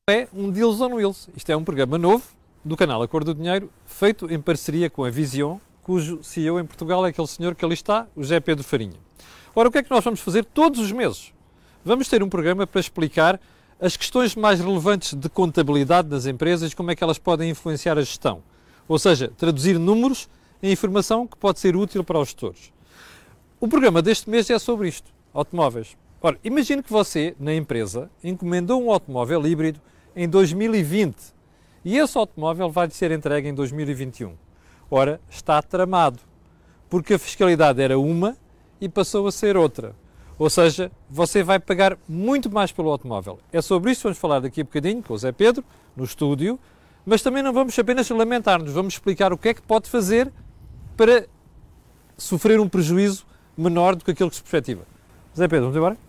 É um Deals on Wheels. Isto é um programa novo do canal A Cor do Dinheiro, feito em parceria com a Vision, cujo CEO em Portugal é aquele senhor que ali está, o José Pedro Farinha. Ora, o que é que nós vamos fazer todos os meses? Vamos ter um programa para explicar as questões mais relevantes de contabilidade das empresas e como é que elas podem influenciar a gestão. Ou seja, traduzir números em informação que pode ser útil para os gestores. O programa deste mês é sobre isto, automóveis. Ora, imagine que você, na empresa, encomendou um automóvel híbrido em 2020 e esse automóvel vai ser entregue em 2021. Ora, está tramado, porque a fiscalidade era uma e passou a ser outra. Ou seja, você vai pagar muito mais pelo automóvel. É sobre isso que vamos falar daqui a bocadinho com o Zé Pedro, no estúdio, mas também não vamos apenas lamentar-nos, vamos explicar o que é que pode fazer para sofrer um prejuízo menor do que aquilo que se perspectiva. Zé Pedro, vamos embora?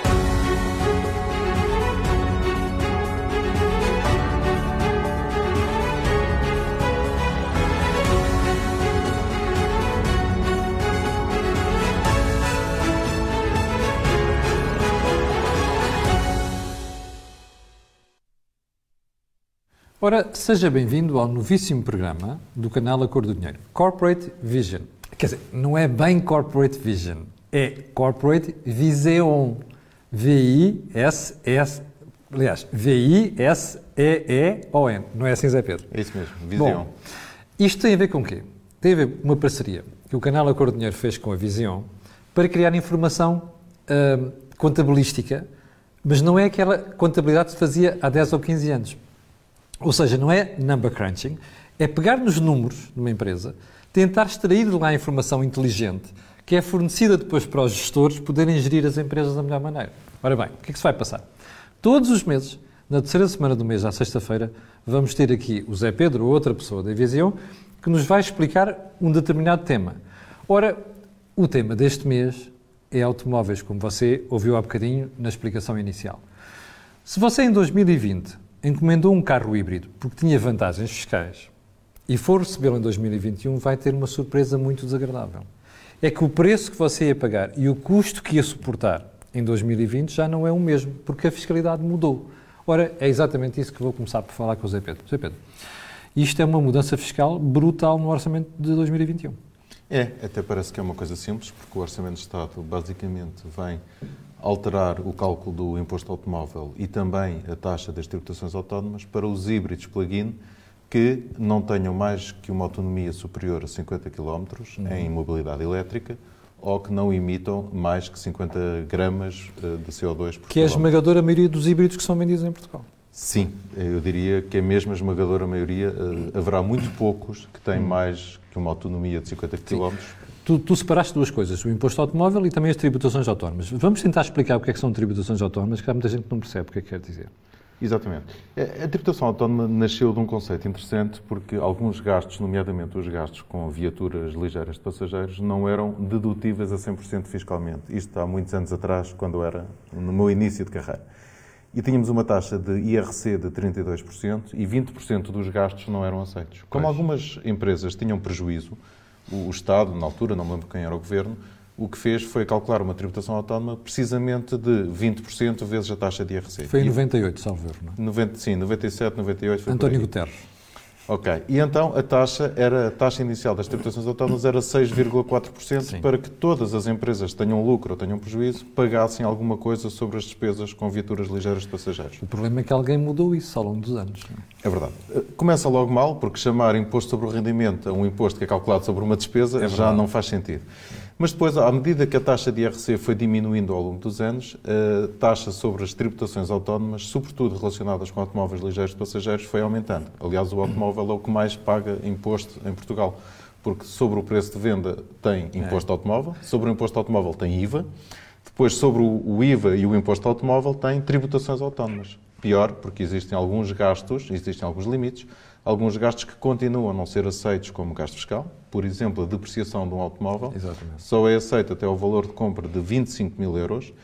Ora, seja bem-vindo ao novíssimo programa do canal A Cor do Dinheiro, Corporate Vision. Quer dizer, não é bem Corporate Vision, é Corporate Vision. V-I-S-S... Aliás, V-I-S-E-E-O-N. Não é assim, Zé Pedro? É isso mesmo, Vision. Bom, isto tem a ver com o quê? Tem a ver com uma parceria que o canal A Cor do Dinheiro fez com a Vision para criar informação contabilística, mas não é aquela contabilidade que se fazia há 10 ou 15 anos. Ou seja, não é number crunching, é pegar nos números de uma empresa, tentar extrair de lá a informação inteligente que é fornecida depois para os gestores poderem gerir as empresas da melhor maneira. Ora bem, o que é que se vai passar? Todos os meses, na terceira semana do mês, à sexta-feira, vamos ter aqui o Zé Pedro ou outra pessoa da Vision que nos vai explicar um determinado tema. Ora, o tema deste mês é automóveis, como você ouviu há bocadinho na explicação inicial. Se você em 2020 encomendou um carro híbrido porque tinha vantagens fiscais e for recebê-lo em 2021, vai ter uma surpresa muito desagradável. É que o preço que você ia pagar e o custo que ia suportar em 2020 já não é o mesmo, porque a fiscalidade mudou. Ora, é exatamente isso que vou começar por falar com o Zé Pedro. Zé Pedro, isto é uma mudança fiscal brutal no orçamento de 2021. Até parece que é uma coisa simples, porque o Orçamento de Estado basicamente vem alterar o cálculo do imposto automóvel e também a taxa das tributações autónomas para os híbridos plug-in que não tenham mais que uma autonomia superior a 50 km em mobilidade elétrica ou que não emitam mais que 50 gramas de CO2 por Que é a esmagadora maioria dos híbridos que são vendidos em Portugal. Sim, eu diria que a mesma esmagadora maioria, haverá muito poucos que têm mais que uma autonomia de 50 km. Tu separaste duas coisas, o imposto automóvel e também as tributações autónomas. Vamos tentar explicar o que é que são tributações autónomas, que há muita gente que não percebe o que é que quer dizer. Exatamente. A tributação autónoma nasceu de um conceito interessante porque alguns gastos, nomeadamente os gastos com viaturas ligeiras de passageiros, não eram dedutíveis a 100% fiscalmente. Isto há muitos anos atrás, quando era no meu início de carreira. E tínhamos uma taxa de IRC de 32% e 20% dos gastos não eram aceitos. Como algumas empresas tinham prejuízo, o Estado, na altura, não me lembro quem era o Governo, o que fez foi calcular uma tributação autónoma precisamente de 20% vezes a taxa de IRC. Foi em 98, salvo erro, não é? Sim, 97, 98 foi António Guterres. Ok. E então a taxa inicial das tributações autónomas era 6,4% para que todas as empresas que tenham lucro ou tenham prejuízo pagassem alguma coisa sobre as despesas com viaturas ligeiras de passageiros. O problema é que alguém mudou isso ao longo dos anos. É verdade. Começa logo mal, porque chamar imposto sobre o rendimento a um imposto que é calculado sobre uma despesa já não faz sentido. Mas depois, à medida que a taxa de IRC foi diminuindo ao longo dos anos, a taxa sobre as tributações autónomas, sobretudo relacionadas com automóveis ligeiros de passageiros, foi aumentando. Aliás, o automóvel é o que mais paga imposto em Portugal, porque sobre o preço de venda tem imposto automóvel, sobre o imposto automóvel tem IVA, depois sobre o IVA e o imposto automóvel tem tributações autónomas. Pior, porque existem alguns gastos, existem alguns limites, alguns gastos que continuam a não ser aceitos como gasto fiscal. Por exemplo, a depreciação de um automóvel só é aceita até ao valor de compra de 25 mil euros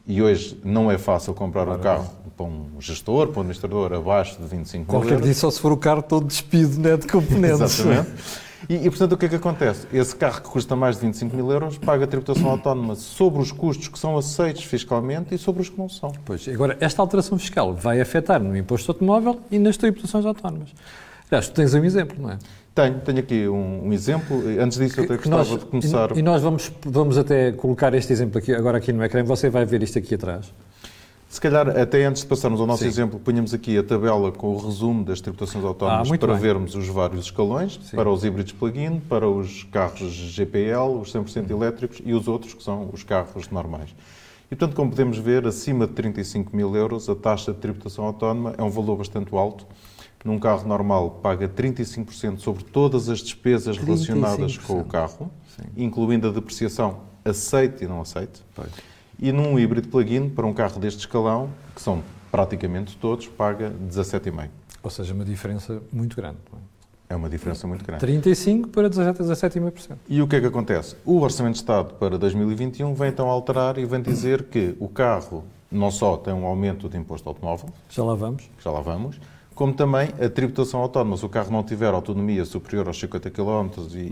e hoje não é fácil comprar um carro para um gestor, para um administrador, abaixo de 25 mil Qualquer euros. dia só se for o carro todo despido, né, de componentes. Exatamente. E, portanto, o que é que acontece? Esse carro que custa mais de 25 mil euros paga tributação autónoma sobre os custos que são aceitos fiscalmente e sobre os que não são. Pois, agora, esta alteração fiscal vai afetar no imposto automóvel e nas tributações autónomas. Aliás, tu tens um exemplo, não é? Tenho aqui um exemplo. Antes disso, eu até gostava de começar... E nós vamos até colocar este exemplo agora aqui no ecrã, você vai ver isto aqui atrás. Se calhar, até antes de passarmos ao nosso Sim. exemplo, punhamos aqui a tabela com o resumo das tributações autónomas para vermos os vários escalões, Sim. para os híbridos plug-in, para os carros GPL, os 100% elétricos e os outros, que são os carros normais. E, portanto, como podemos ver, acima de 35 mil euros, a taxa de tributação autónoma é um valor bastante alto. Num carro normal, paga 35% sobre todas as despesas relacionadas com o carro, Sim. incluindo a depreciação aceite e não aceite. Pois. E num híbrido plug-in, para um carro deste escalão, que são praticamente todos, paga 17,5%. Ou seja, uma diferença muito grande. Não é? É uma diferença muito grande. 35% para 17,5%. E o que é que acontece? O Orçamento de Estado para 2021 vem então alterar e vem dizer que o carro não só tem um aumento de imposto automóvel, já lá vamos, como também a tributação autónoma. Se o carro não tiver autonomia superior aos 50 km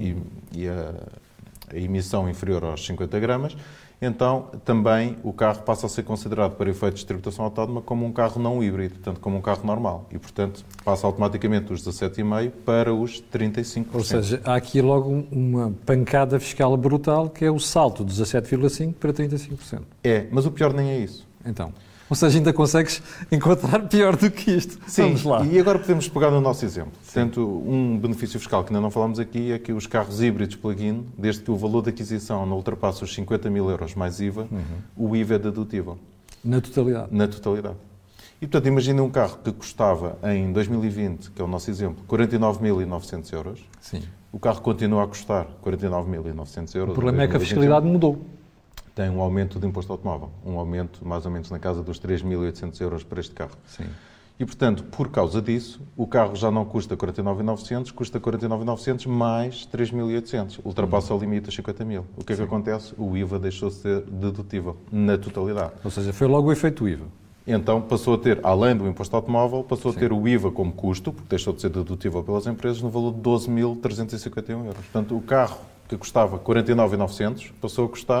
e a emissão inferior aos 50 gramas, então também o carro passa a ser considerado para efeitos de tributação autónoma como um carro não híbrido, portanto como um carro normal. E, portanto, passa automaticamente dos 17,5% para os 35%. Ou seja, há aqui logo uma pancada fiscal brutal, que é o salto de 17,5% para 35%. É, mas o pior nem é isso. Então... Ou seja, ainda consegues encontrar pior do que isto. Sim, vamos lá. E agora podemos pegar no nosso exemplo. Portanto, um benefício fiscal que ainda não falámos aqui é que os carros híbridos plug-in, desde que o valor de aquisição não ultrapasse os 50 mil euros mais IVA, o IVA é dedutível. Na totalidade? Na totalidade. E, portanto, imagina um carro que custava em 2020, que é o nosso exemplo, 49.900 euros. Sim. O carro continua a custar 49.900 euros. O problema é que a fiscalidade mudou. Tem um aumento de imposto automóvel, um aumento mais ou menos na casa dos 3.800 euros para este carro. Sim. E, portanto, por causa disso, o carro já não custa 49.900, custa 49.900 mais 3.800. Ultrapassa o limite a 50 mil. O que é que acontece? O IVA deixou de ser dedutível na totalidade. Ou seja, foi logo o efeito do IVA. Então passou a ter, além do imposto automóvel, passou a ter o IVA como custo, porque deixou de ser dedutível pelas empresas, no valor de 12.351 euros. Portanto, o carro que custava 49.900, passou a custar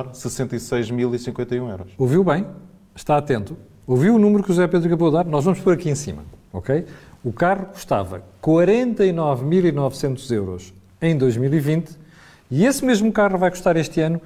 66.051 euros. Ouviu bem? Está atento? Ouviu o número que o José Pedro acabou de dar? Nós vamos pôr aqui em cima, ok? O carro custava 49.900 euros em 2020 e esse mesmo carro vai custar este ano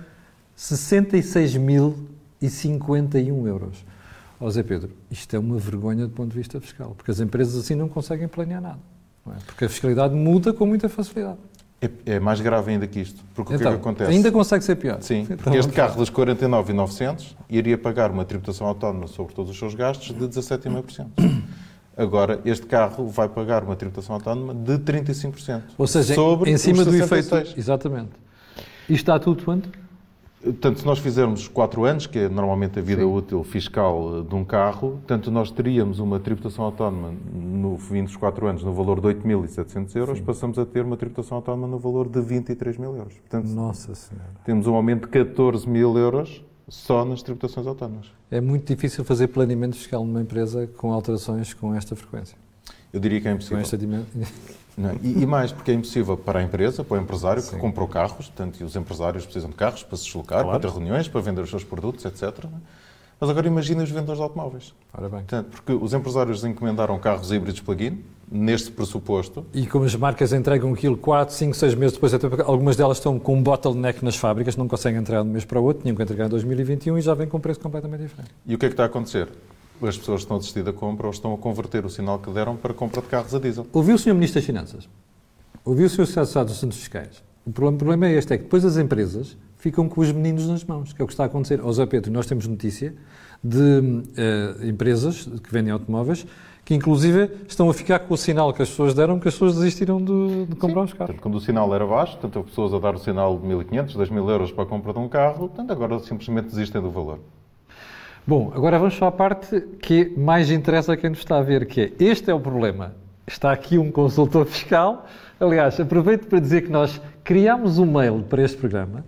66.051 euros. Ó José Pedro, isto é uma vergonha do ponto de vista fiscal, porque as empresas assim não conseguem planear nada, não é? Porque a fiscalidade muda com muita facilidade. É mais grave ainda que isto, porque então, o que é que acontece? Ainda consegue ser pior. Sim, então, porque este carro dos 49.900 iria pagar uma tributação autónoma sobre todos os seus gastos de 17,5%. Agora, este carro vai pagar uma tributação autónoma de 35%. Ou seja, sobre em cima do 66. efeito... Exatamente. Isto está tudo quanto? Portanto, se nós fizermos 4 anos, que é normalmente a vida útil fiscal de um carro, portanto, nós teríamos uma tributação autónoma no fim dos 4 anos no valor de 8.700 euros, passamos a ter uma tributação autónoma no valor de 23 mil euros. Portanto, Nossa Senhora. Temos um aumento de 14 mil euros só nas tributações autónomas. É muito difícil fazer planeamento fiscal numa empresa com alterações com esta frequência. Eu diria que é impossível. Com esta dimensão. Não, e mais, porque é impossível para a empresa, para o empresário Sim. que comprou carros, portanto, e os empresários precisam de carros para se deslocar, para ter reuniões, para vender os seus produtos, etc. Mas agora imaginem os vendedores de automóveis. Ora bem. Portanto, porque os empresários encomendaram carros híbridos plug-in, neste pressuposto. E como as marcas entregam aquilo 4, 5, 6 meses depois, até algumas delas estão com um bottleneck nas fábricas, não conseguem entregar de um mês para o outro, tinham que entregar em 2021 e já vem com um preço completamente diferente. E o que é que está a acontecer? As pessoas estão a desistir da compra ou estão a converter o sinal que deram para a compra de carros a diesel. Ouviu o Sr. Ministro das Finanças? Ouviu o Sr. Secretário de Estado dos Assuntos Fiscais? O problema é este, é que depois as empresas ficam com os meninos nas mãos, que é o que está a acontecer. Ó Zé Pedro, nós temos notícia de empresas que vendem automóveis que inclusive estão a ficar com o sinal que as pessoas deram, que as pessoas desistiram de comprar os carros. Portanto, quando o sinal era baixo, portanto, houve pessoas a dar o sinal de 1.500, 2.000 euros para a compra de um carro, portanto, agora simplesmente desistem do valor. Bom, agora vamos para a parte que mais interessa a quem nos está a ver, que é, este é o problema. Está aqui um consultor fiscal. Aliás, aproveito para dizer que nós criámos um mail para este programa,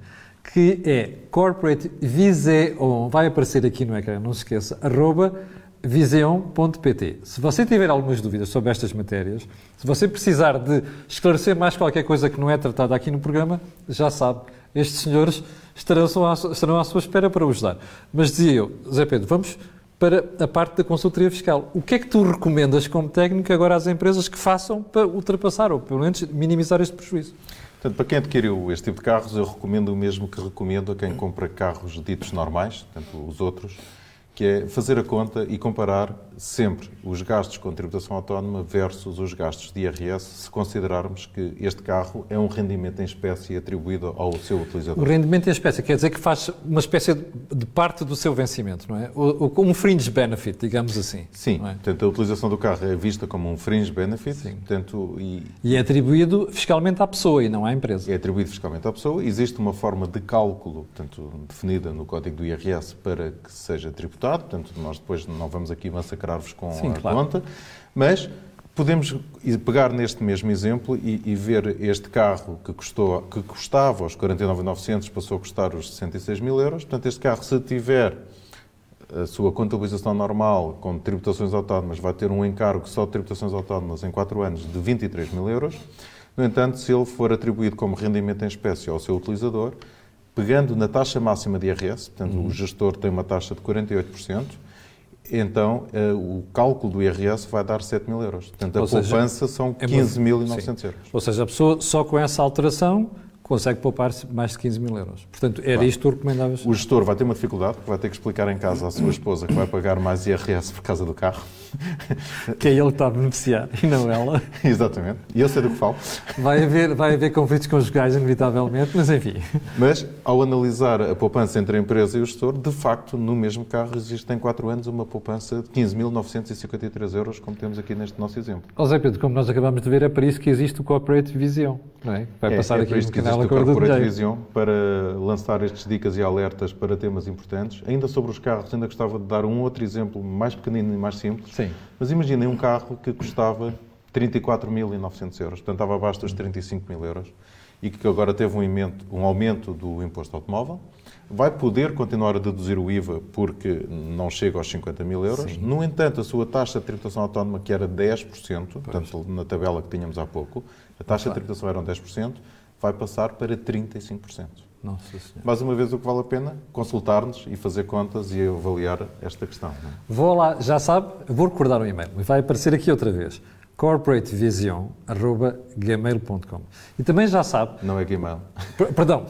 que é Corporate Viseon, vai aparecer aqui no ecrã, não se esqueça, @viseon.pt. Se você tiver algumas dúvidas sobre estas matérias, se você precisar de esclarecer mais qualquer coisa que não é tratada aqui no programa, já sabe, estes senhores estarão à sua espera para o ajudar. Mas dizia eu, Zé Pedro, vamos para a parte da consultoria fiscal. O que é que tu recomendas como técnico agora às empresas que façam para ultrapassar ou pelo menos minimizar este prejuízo? Portanto, para quem adquiriu este tipo de carros, eu recomendo o mesmo que recomendo a quem compra carros ditos normais, portanto, os outros, que é fazer a conta e comparar sempre os gastos com tributação autónoma versus os gastos de IRS, se considerarmos que este carro é um rendimento em espécie atribuído ao seu utilizador. O rendimento em espécie quer dizer que faz uma espécie de parte do seu vencimento, não é? Ou como um fringe benefit, digamos assim. Sim, não é? Portanto, a utilização do carro é vista como um fringe benefit. Sim. Portanto, e é atribuído fiscalmente à pessoa e não à empresa. É atribuído fiscalmente à pessoa. Existe uma forma de cálculo, portanto, definida no Código do IRS para que seja tributado. Portanto, nós depois não vamos aqui massacrar-vos com a conta, mas podemos pegar neste mesmo exemplo e ver este carro que custava os 49.900, passou a custar os 66 mil euros. Portanto, este carro, se tiver a sua contabilização normal, com tributações autónomas, vai ter um encargo só de tributações autónomas em 4 anos de 23 mil euros. No entanto, se ele for atribuído como rendimento em espécie ao seu utilizador, pegando na taxa máxima de IRS, portanto, o gestor tem uma taxa de 48%, então o cálculo do IRS vai dar 7 mil euros. Portanto, a poupança são 15.900 euros. Ou seja, a pessoa só com essa alteração consegue poupar mais de 15 mil euros. Portanto, era isto que tu recomendavas? O gestor vai ter uma dificuldade, porque vai ter que explicar em casa à sua esposa que vai pagar mais IRS por causa do carro. Que é ele que está a beneficiar e não ela. Exatamente. E eu sei do que falo. Vai haver conflitos conjugais, inevitavelmente, mas enfim. Mas, ao analisar a poupança entre a empresa e o gestor, de facto, no mesmo carro existe em 4 anos uma poupança de 15.953 euros, como temos aqui neste nosso exemplo. José Pedro, como nós acabamos de ver, é para isso que existe o Corporate Vision, não é? Vai passar aqui no canal a Corporate Vision para lançar estas dicas e alertas para temas importantes. Ainda sobre os carros, ainda gostava de dar um outro exemplo mais pequenino e mais simples. Sim. Mas imaginem um carro que custava 34.900 euros, portanto estava abaixo dos 35 mil euros, e que agora teve um aumento do imposto automóvel. Vai poder continuar a deduzir o IVA porque não chega aos 50 mil euros. Sim. No entanto, a sua taxa de tributação autónoma, que era 10%, portanto, na tabela que tínhamos há pouco, a taxa de tributação era 10%, vai passar para 35%. Nossa Senhora. Mais uma vez, o que vale a pena? Consultar-nos e fazer contas e avaliar esta questão. Não é? Vou lá, já sabe, vou recordar um e-mail, vai aparecer aqui outra vez, corporatevision@gmail.com. E também já sabe... Não é Gmail. Perdão.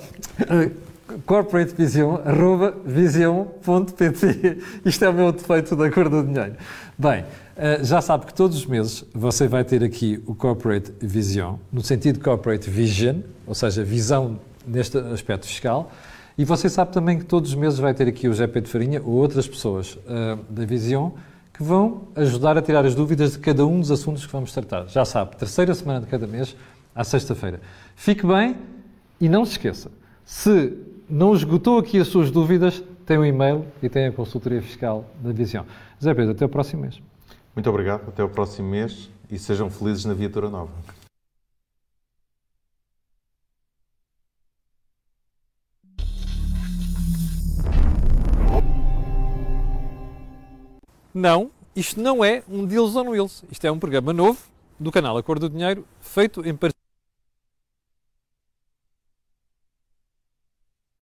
corporatevision@vision.pt. Isto é o meu defeito da cor do dinheiro. Bem, já sabe que todos os meses você vai ter aqui o Corporate Vision, no sentido de Corporate Vision, ou seja, visão neste aspecto fiscal, e você sabe também que todos os meses vai ter aqui o José Pedro Farinha ou outras pessoas da Vision que vão ajudar a tirar as dúvidas de cada um dos assuntos que vamos tratar. Já sabe, terceira semana de cada mês, à sexta-feira. Fique bem e não se esqueça, se não esgotou aqui as suas dúvidas, tem um e-mail e tem a consultoria fiscal da Vision. José Pedro, até o próximo mês. Muito obrigado, até o próximo mês e sejam felizes na viatura nova. Não, isto não é um Deals on Wheels. Isto é um programa novo do canal A Cor do Dinheiro, feito em parceria